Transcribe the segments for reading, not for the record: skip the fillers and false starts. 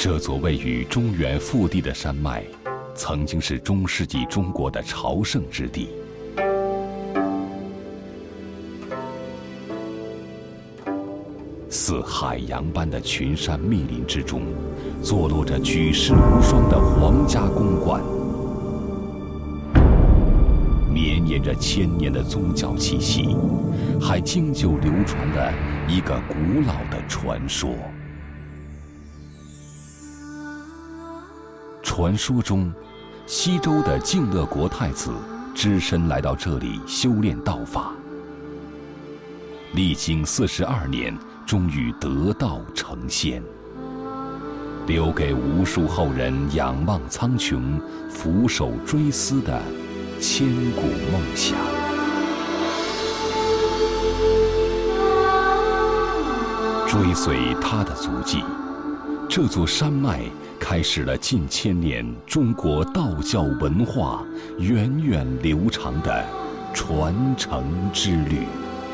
这座位于中原腹地的山脉，曾经是中世纪中国的朝圣之地。似海洋般的群山密林之中，坐落着举世无双的皇家宫观，绵延着千年的宗教气息，还经久流传了一个古老的传说。传说中，西周的敬乐国太子只身来到这里修炼道法，历经42年，终于得道成仙，留给无数后人仰望苍穹、俯首追思的千古梦想。追随他的足迹，这座山脉开始了近千年中国道教文化源远流长的传承之旅。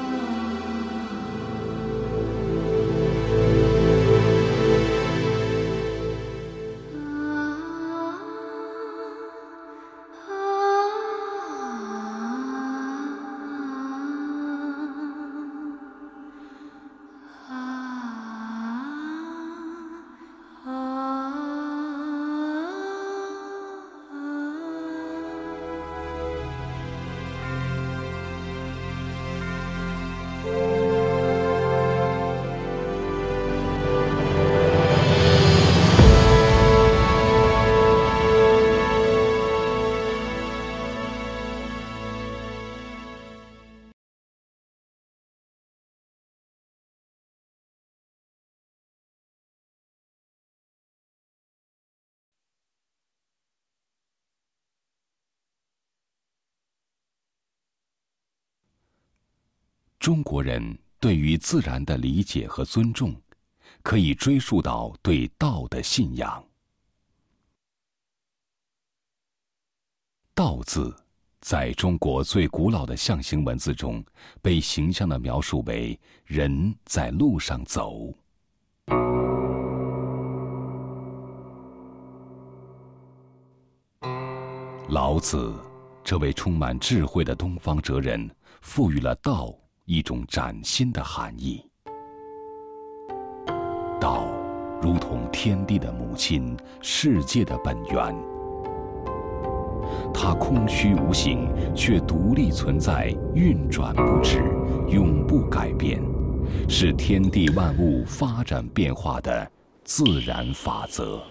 中国人对于自然的理解和尊重，可以追溯到对道的信仰。道字在中国最古老的象形文字中，被形象地描述为人在路上走。老子这位充满智慧的东方哲人，赋予了道一种崭新的含义。道如同天地的母亲，世界的本源。它空虚无形，却独立存在，运转不止，永不改变，是天地万物发展变化的自然法则。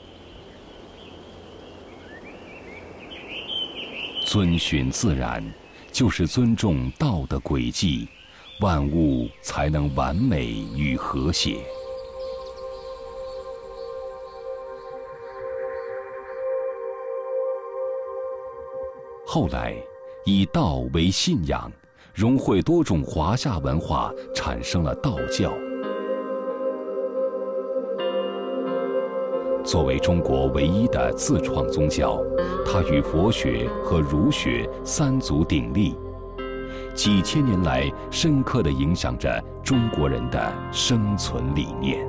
遵循自然，就是尊重道的轨迹，万物才能完美与和谐。后来，以道为信仰，融汇多种华夏文化，产生了道教。作为中国唯一的自创宗教，它与佛学和儒学三足鼎立，几千年来深刻地影响着中国人的生存理念。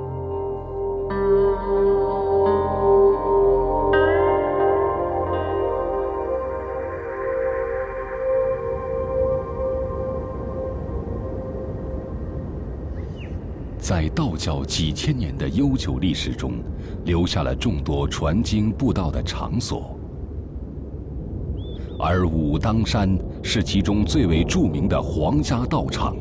在道教几千年的悠久历史中，留下了众多传经布道的场所，而武当山是其中最为著名的皇家道场。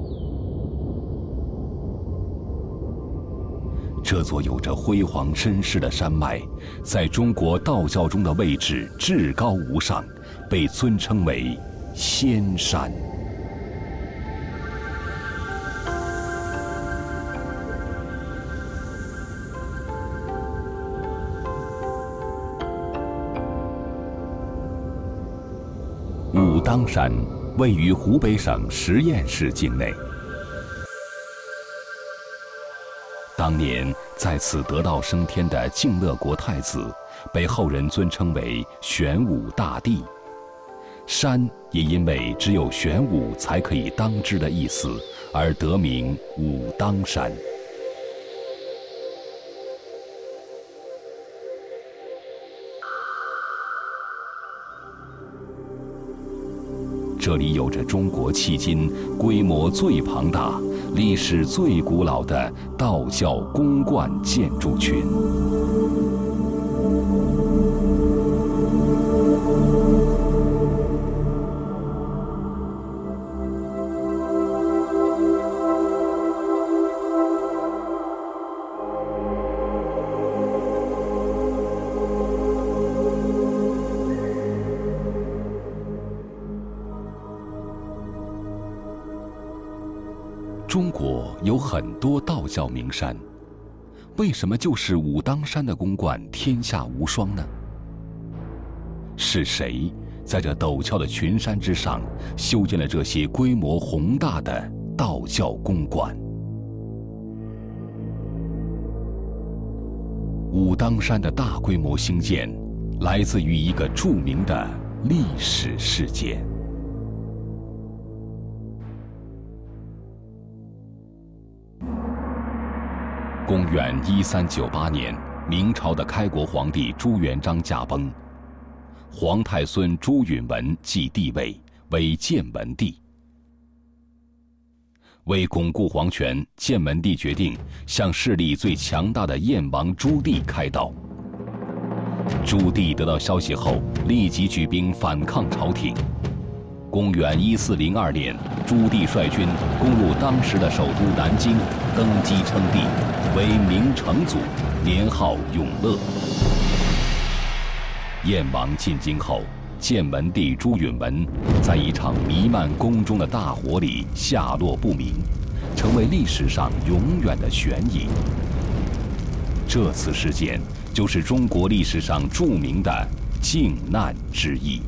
这座有着辉煌身世的山脉，在中国道教中的位置至高无上，被尊称为仙山。武当山位于湖北省十堰市境内。当年在此得道升天的敬乐国太子，被后人尊称为玄武大帝。山也因为只有玄武才可以当之的意思，而得名武当山。武当山位于湖北省十堰市境内。当年在此得道升天的敬乐国太子，被后人尊称为玄武大帝。山也因为只有玄武才可以当之的意思，而得名武当山。 这里有着中国迄今规模最庞大、历史最古老的道教宫观建筑群。中国有很多道教名山，为什么就是武当山的宫观天下无双呢？是谁在这陡峭的群山之上修建了这些规模宏大的道教宫观？武当山的大规模兴建，来自于一个著名的历史事件。公元1398年，明朝的开国皇帝朱元璋驾崩，皇太孙朱允炆继帝位，为建文帝。为巩固皇权，建文帝决定向势力最强大的燕王朱棣开刀。朱棣得到消息后，立即举兵反抗朝廷。公元1402年，朱棣率军攻入当时的首都南京，登基称帝，为明成祖，年号永乐。燕王进京后，建文帝朱允炆在一场弥漫宫中的大火里下落不明，成为历史上永远的悬疑。这次事件就是中国历史上著名的靖难之役。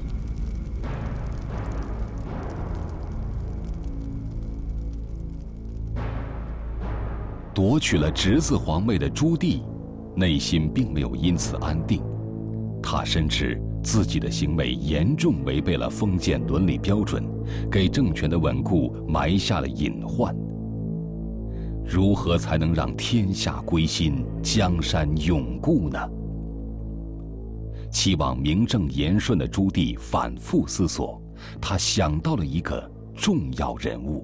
夺取了侄子皇位的朱棣，内心并没有因此安定。他深知自己的行为严重违背了封建伦理标准，给政权的稳固埋下了隐患。如何才能让天下归心，江山永固呢？期望名正言顺的朱棣反复思索，他想到了一个重要人物。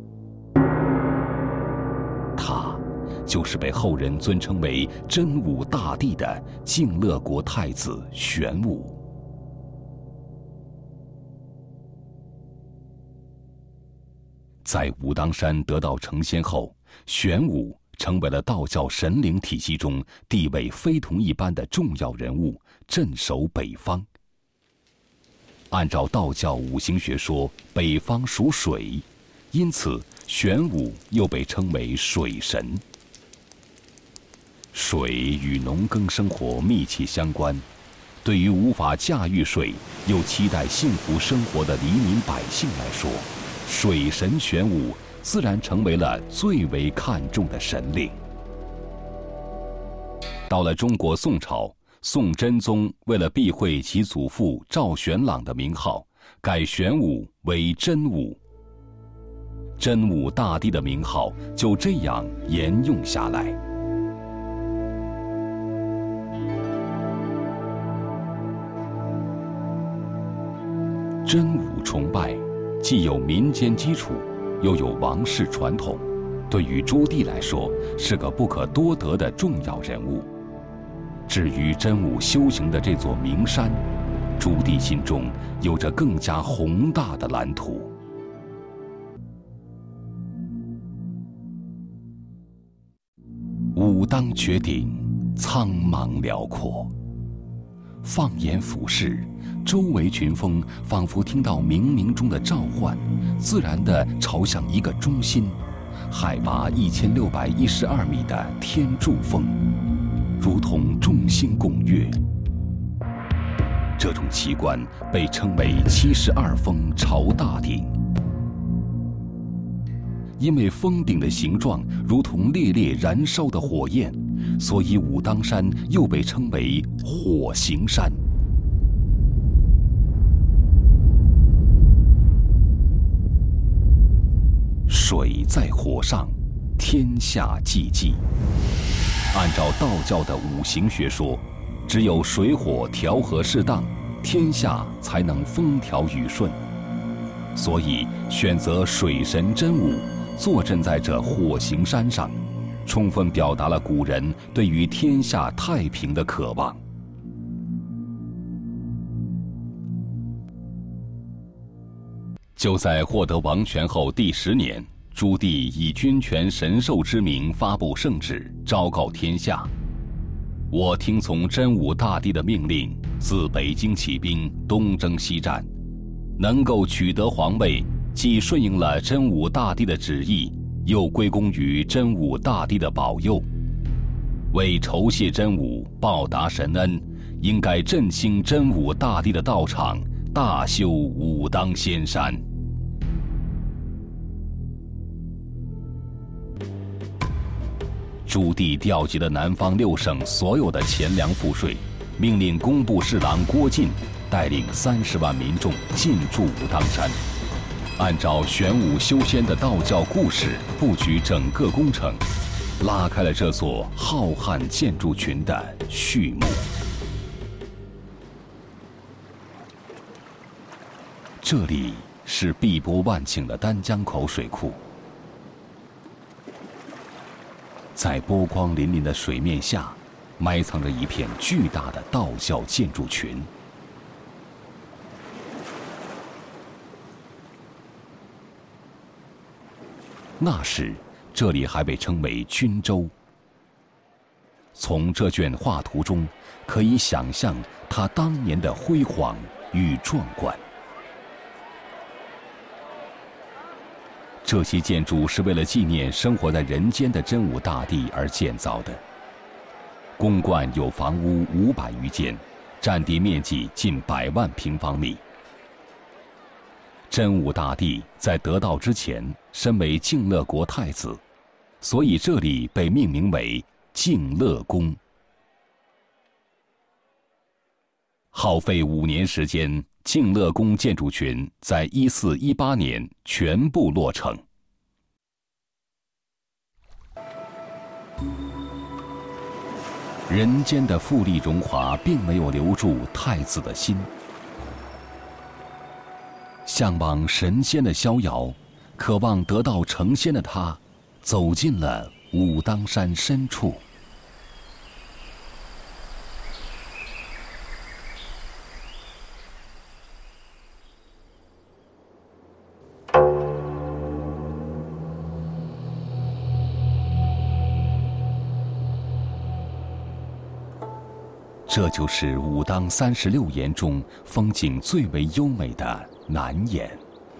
他就是被后人尊称为真武大帝的靖乐国太子玄武。在武当山得道成仙后，玄武成为了道教神灵体系中地位非同一般的重要人物，镇守北方。按照道教五行学说，北方属水，因此玄武又被称为水神。水与农耕生活密切相关，对于无法驾驭水又期待幸福生活的黎民百姓来说，水神玄武自然成为了最为看重的神灵。到了中国宋朝，宋真宗为了避讳其祖父赵玄朗的名号，改玄武为真武。真武大帝的名号就这样沿用下来。真武崇拜既有民间基础，又有王室传统，对于朱棣来说是个不可多得的重要人物。至于真武修行的这座名山，朱棣心中有着更加宏大的蓝图。武当绝顶，苍茫辽阔。放眼俯视，周围群峰仿佛听到冥冥中的召唤，自然地朝向一个中心，海拔1612米的天柱峰，如同众星拱月。这种奇观被称为72峰朝大顶。因为峰顶的形状如同烈烈燃烧的火焰，所以武当山又被称为火形山。水在火上，天下寂寂。按照道教的五行学说，只有水火调和适当，天下才能风调雨顺。 所以选择水神真武坐镇在这火形山上，充分表达了古人对于天下太平的渴望。就在获得王权后第10年，朱棣以君权神授之名发布圣旨，昭告天下：我听从真武大帝的命令，自北京起兵，东征西战，能够取得皇位，既顺应了真武大帝的旨意，又归功于真武大帝的保佑。为酬谢真武，报答神恩，应该振兴真武大帝的道场，大修武当仙山。朱棣调集了南方6省所有的钱粮赋税，命令工部侍郎郭进带领30万民众进驻武当山，按照玄武修仙的道教故事布局整个工程，拉开了这座浩瀚建筑群的序幕。这里是碧波万顷的丹江口水库，在波光粼粼的水面下，埋藏着一片巨大的道教建筑群。那时，这里还被称为均州。从这卷画图中，可以想象它当年的辉煌与壮观。这些建筑是为了纪念生活在人间的真武大帝而建造的。宫观有房屋500余间，占地面积近100万平方米。真武大帝在得道之前，身为敬乐国太子，所以这里被命名为敬乐宫。耗费5年时间，敬乐宫建筑群在1418年全部落成。人间的富丽荣华并没有留住太子的心，向往神仙的逍遥，渴望得道成仙的他，走进了武当山深处。这就是武当36岩中风景最为优美的南岩。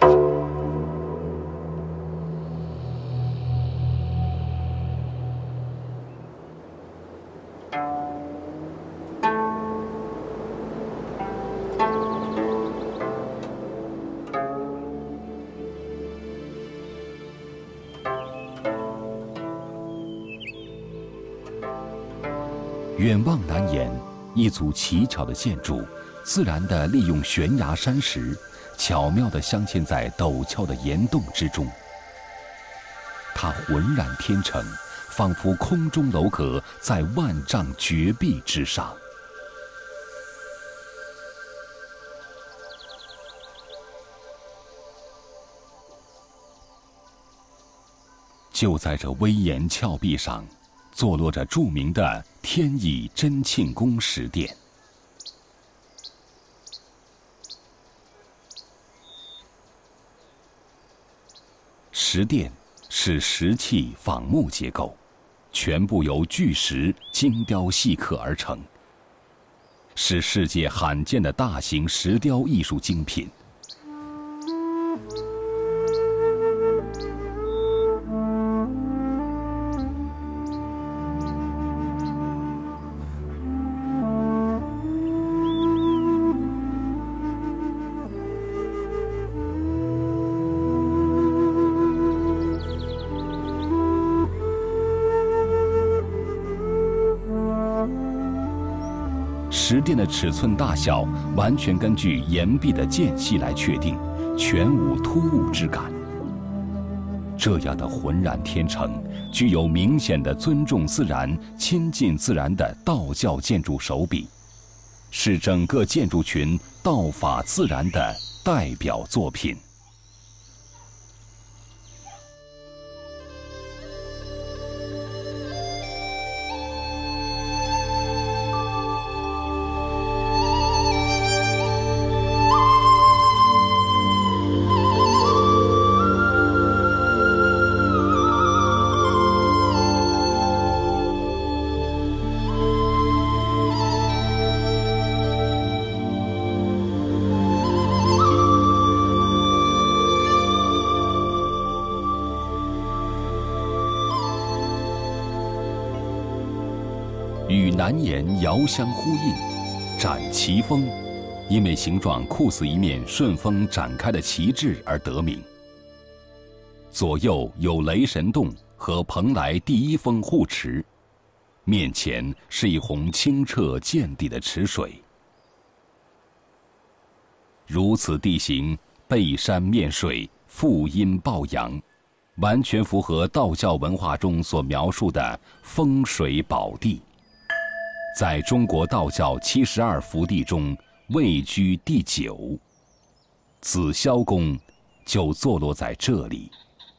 远望南岩，一组奇巧的建筑，自然地利用悬崖山石，巧妙地镶嵌在陡峭的岩洞之中。它浑然天成，仿佛空中楼阁在万丈绝壁之上。就在这威严峭壁上，坐落着著名的天意真庆宫石殿。石殿是石砌仿木结构，全部由巨石精雕细刻而成，是世界罕见的大型石雕艺术精品。石殿的尺寸大小完全根据岩壁的间隙来确定，全无突兀之感。这样的浑然天成，具有明显的尊重自然、亲近自然的道教建筑手笔，是整个建筑群道法自然的代表作品。 难言遥相呼应，展旗峰，因为形状酷似一面顺风展开的旗帜而得名。左右有雷神洞和蓬莱第一峰护持，面前是一泓清澈见底的池水。如此地形，背山面水，负阴抱阳，完全符合道教文化中所描述的风水宝地。在中国道教72福地中位居第9，紫霄宫就坐落在这里。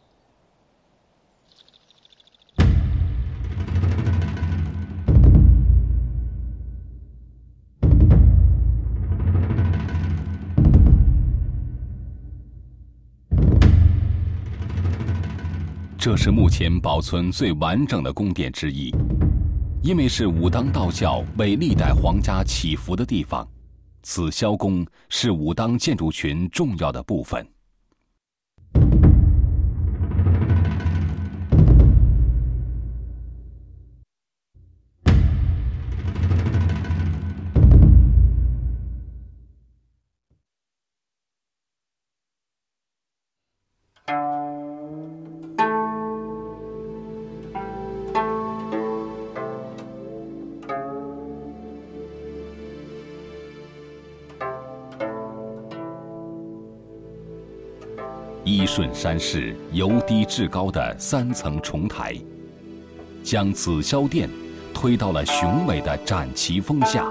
这是目前保存最完整的宫殿之一，因为是武当道教为历代皇家祈福的地方，紫霄宫是武当建筑群重要的部分。依顺山势由低至高的3层重台，将紫霄殿推到了雄伟的展旗峰下。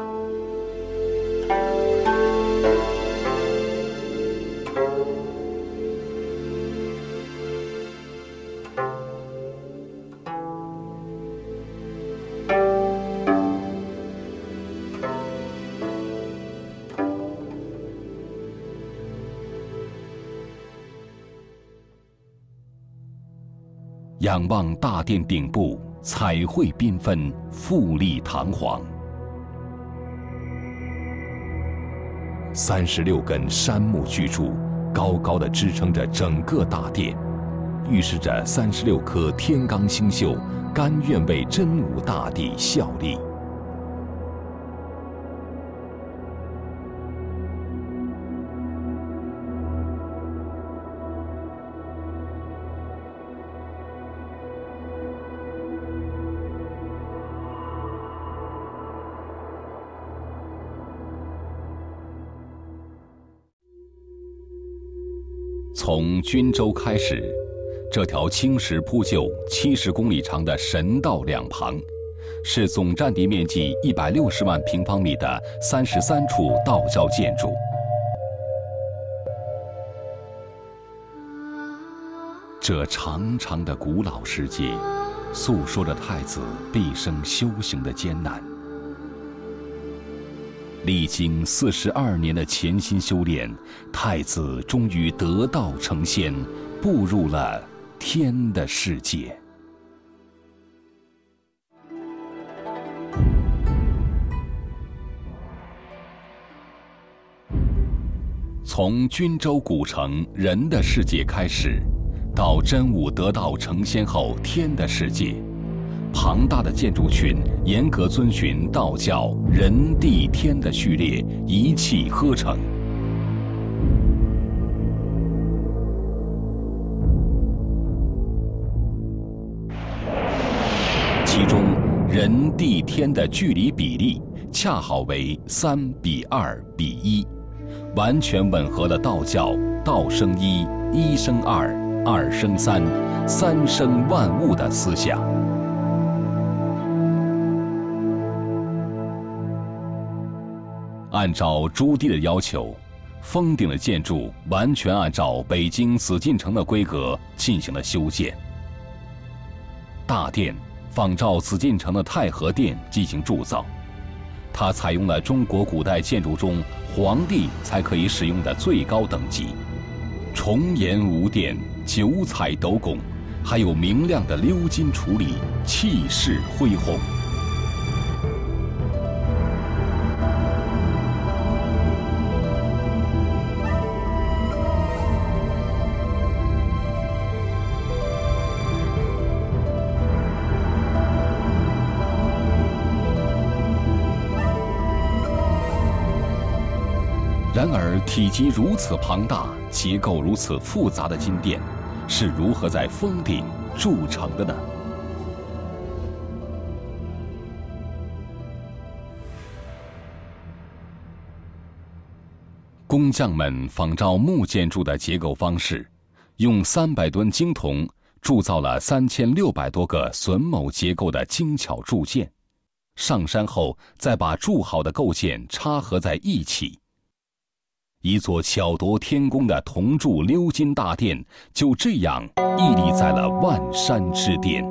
仰望大殿顶部，彩绘缤纷，富丽堂皇。36根杉木巨柱高高地支撑着整个大殿，预示着36颗天罡星宿甘愿为真武大帝效力。从均州开始，这条青石铺就70公里长的神道两旁，是总占地面积160万平方米的33处道教建筑。这长长的古老世界，诉说着太子毕生修行的艰难。历经42年的潜心修炼，太子终于得道成仙，步入了天的世界。从均州古城人的世界开始，到真武得道成仙后天的世界，庞大的建筑群严格遵循道教人地天的序列，一气呵成。其中人地天的距离比例恰好为3比2比1，完全吻合了道教道生一，一生二，二生三，三生万物的思想。按照朱棣的要求，峰顶的建筑完全按照北京紫禁城的规格进行了修建。大殿仿照紫禁城的太和殿进行铸造，它采用了中国古代建筑中皇帝才可以使用的最高等级，重檐无殿，九彩斗拱，还有明亮的鎏金处理，气势恢宏。 然而，体积如此庞大、结构如此复杂的金殿，是如何在峰顶筑成的呢？工匠们仿照木建筑的结构方式，用300吨精铜铸造了3600多个榫卯结构的精巧铸件，上山后再把铸好的构件插合在一起。一座巧夺天工的铜铸鎏金大殿就这样屹立在了万山之巅。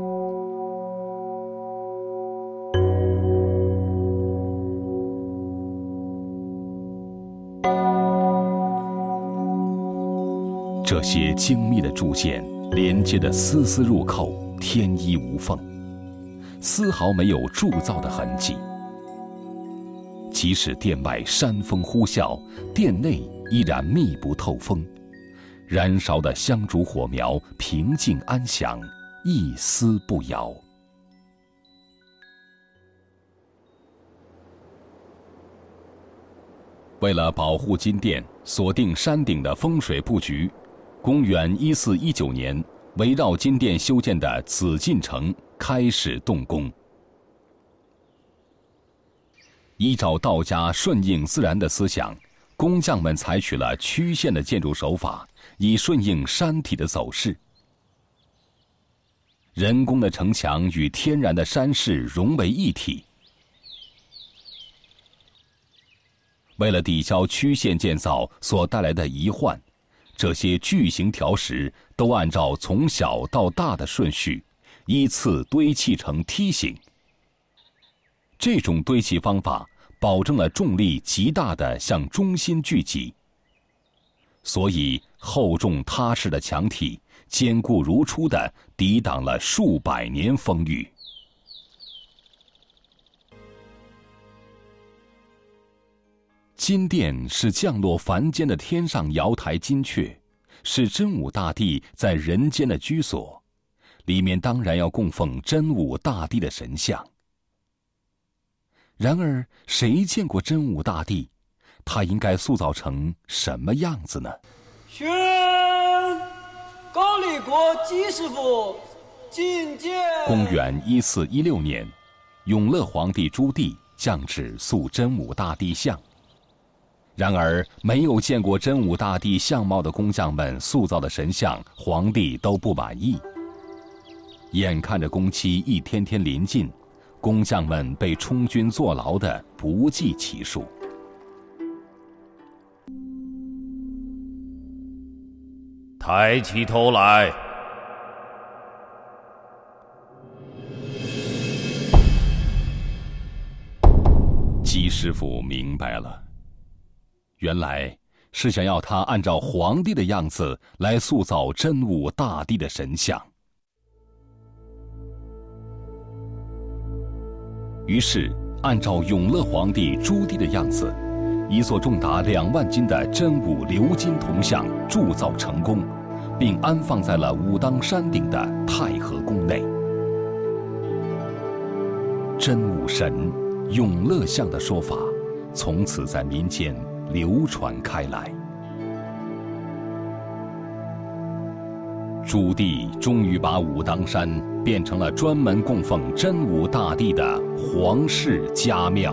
这些精密的铸件连接的丝丝入扣，天衣无缝，丝毫没有铸造的痕迹。即使殿外山风呼啸，殿内依然密不透风，燃烧的香烛火苗平静安详，一丝不摇。为了保护金殿，锁定山顶的风水布局，公元1419年，围绕金殿修建的紫禁城开始动工。依照道家顺应自然的思想，工匠们采取了曲线的建筑手法，以顺应山体的走势。人工的城墙与天然的山势融为一体。为了抵消曲线建造所带来的遗患，这些巨型条石都按照从小到大的顺序，依次堆砌成梯形。这种堆砌方法保证了重力极大地向中心聚集，所以厚重踏实的墙体坚固如初地抵挡了数百年风雨。金殿是降落凡间的天上瑶台金阙，是真武大帝在人间的居所，里面当然要供奉真武大帝的神像。然而，谁见过真武大帝？他应该塑造成什么样子呢？ 宣高丽国姬师傅觐见。 公元1416年，永乐皇帝朱棣降旨塑真武大帝像。然而，没有见过真武大帝相貌的工匠们塑造的神像，皇帝都不满意。眼看着工期一天天临近，工匠们被充军坐牢的不计其数。 抬起头来！ 姬师傅明白了，原来是想要他按照皇帝的样子来塑造真武大帝的神像。于是，按照永乐皇帝朱棣的样子，一座重达2万斤的真武鎏金铜像铸造成功，并安放在了武当山顶的太和宫内。真武神、永乐像的说法，从此在民间流传开来。朱棣终于把武当山变成了专门供奉真武大帝的皇室家庙。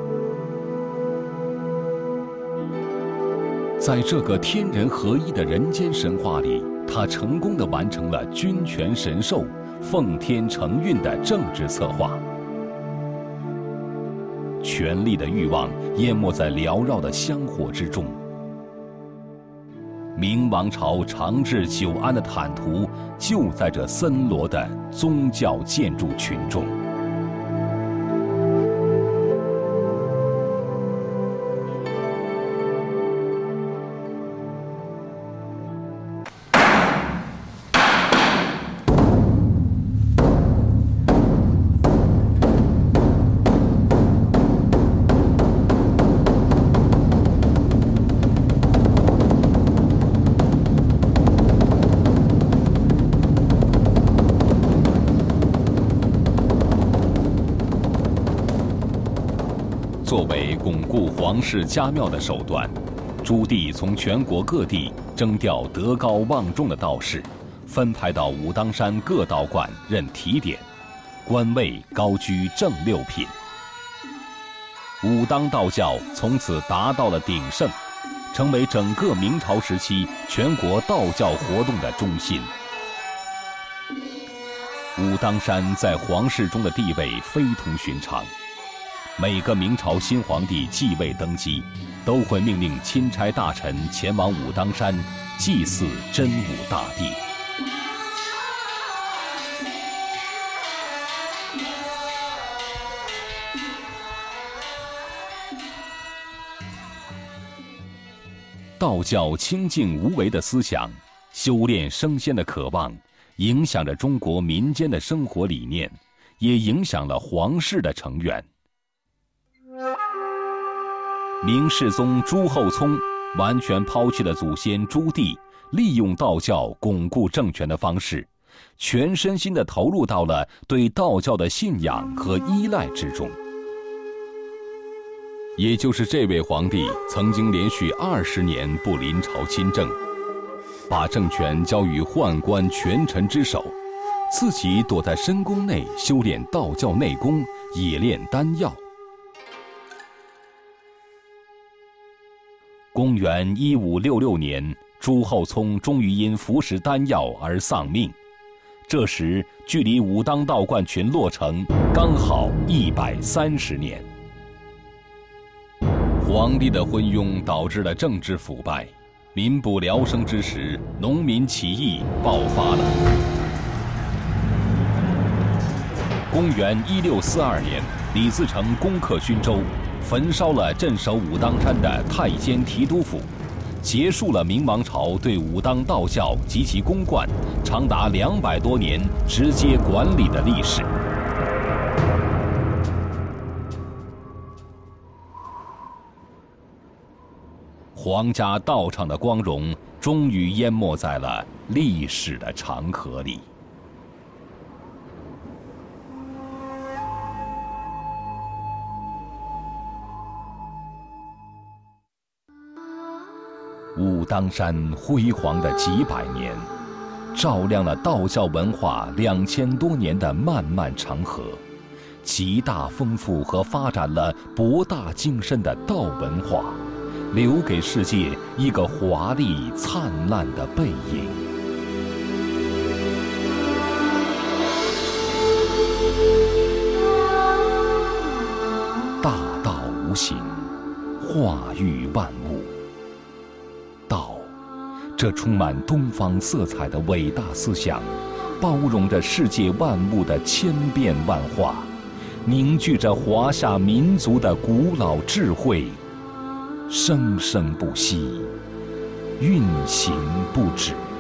在这个天人合一的人间神话里，他成功地完成了君权神授、奉天承运的政治策划。权力的欲望淹没在缭绕的香火之中。明王朝长治久安的坦途，就在这森罗的宗教建筑群中。作为巩固皇室家庙的手段， 朱棣从全国各地征调德高望重的道士，分派到武当山各道观任提点，官位高居正六品。武当道教从此达到了鼎盛，成为整个明朝时期全国道教活动的中心。武当山在皇室中的地位非同寻常，每个明朝新皇帝继位登基，都会命令钦差大臣前往武当山祭祀真武大帝。道教清净无为的思想，修炼升仙的渴望，影响着中国民间的生活理念，也影响了皇室的成员。明世宗朱厚熜完全抛弃了祖先朱棣利用道教巩固政权的方式，全身心地投入到了对道教的信仰和依赖之中。也就是这位皇帝曾经连续20年不临朝亲政，把政权交于宦官权臣之手，自己躲在深宫内修炼道教内功，冶炼丹药。公元1566年，朱厚熜终于因服食丹药而丧命。这时，距离武当道观群落成刚好130年。皇帝的昏庸导致了政治腐败，民不聊生之时，农民起义爆发了。公元1642年，李自成攻克勋州，焚烧了镇守武当山的太监提督府，结束了明王朝对武当道教及其宫观长达200多年直接管理的历史。皇家道场的光荣终于淹没在了历史的长河里。武当山辉煌的几百年，照亮了道教文化2000多年的漫漫长河，极大丰富和发展了博大精深的道文化，留给世界一个华丽灿烂的背影。大道无形，化育万物。道，这充满东方色彩的伟大思想，包容着世界万物的千变万化，凝聚着华夏民族的古老智慧，生生不息，运行不止。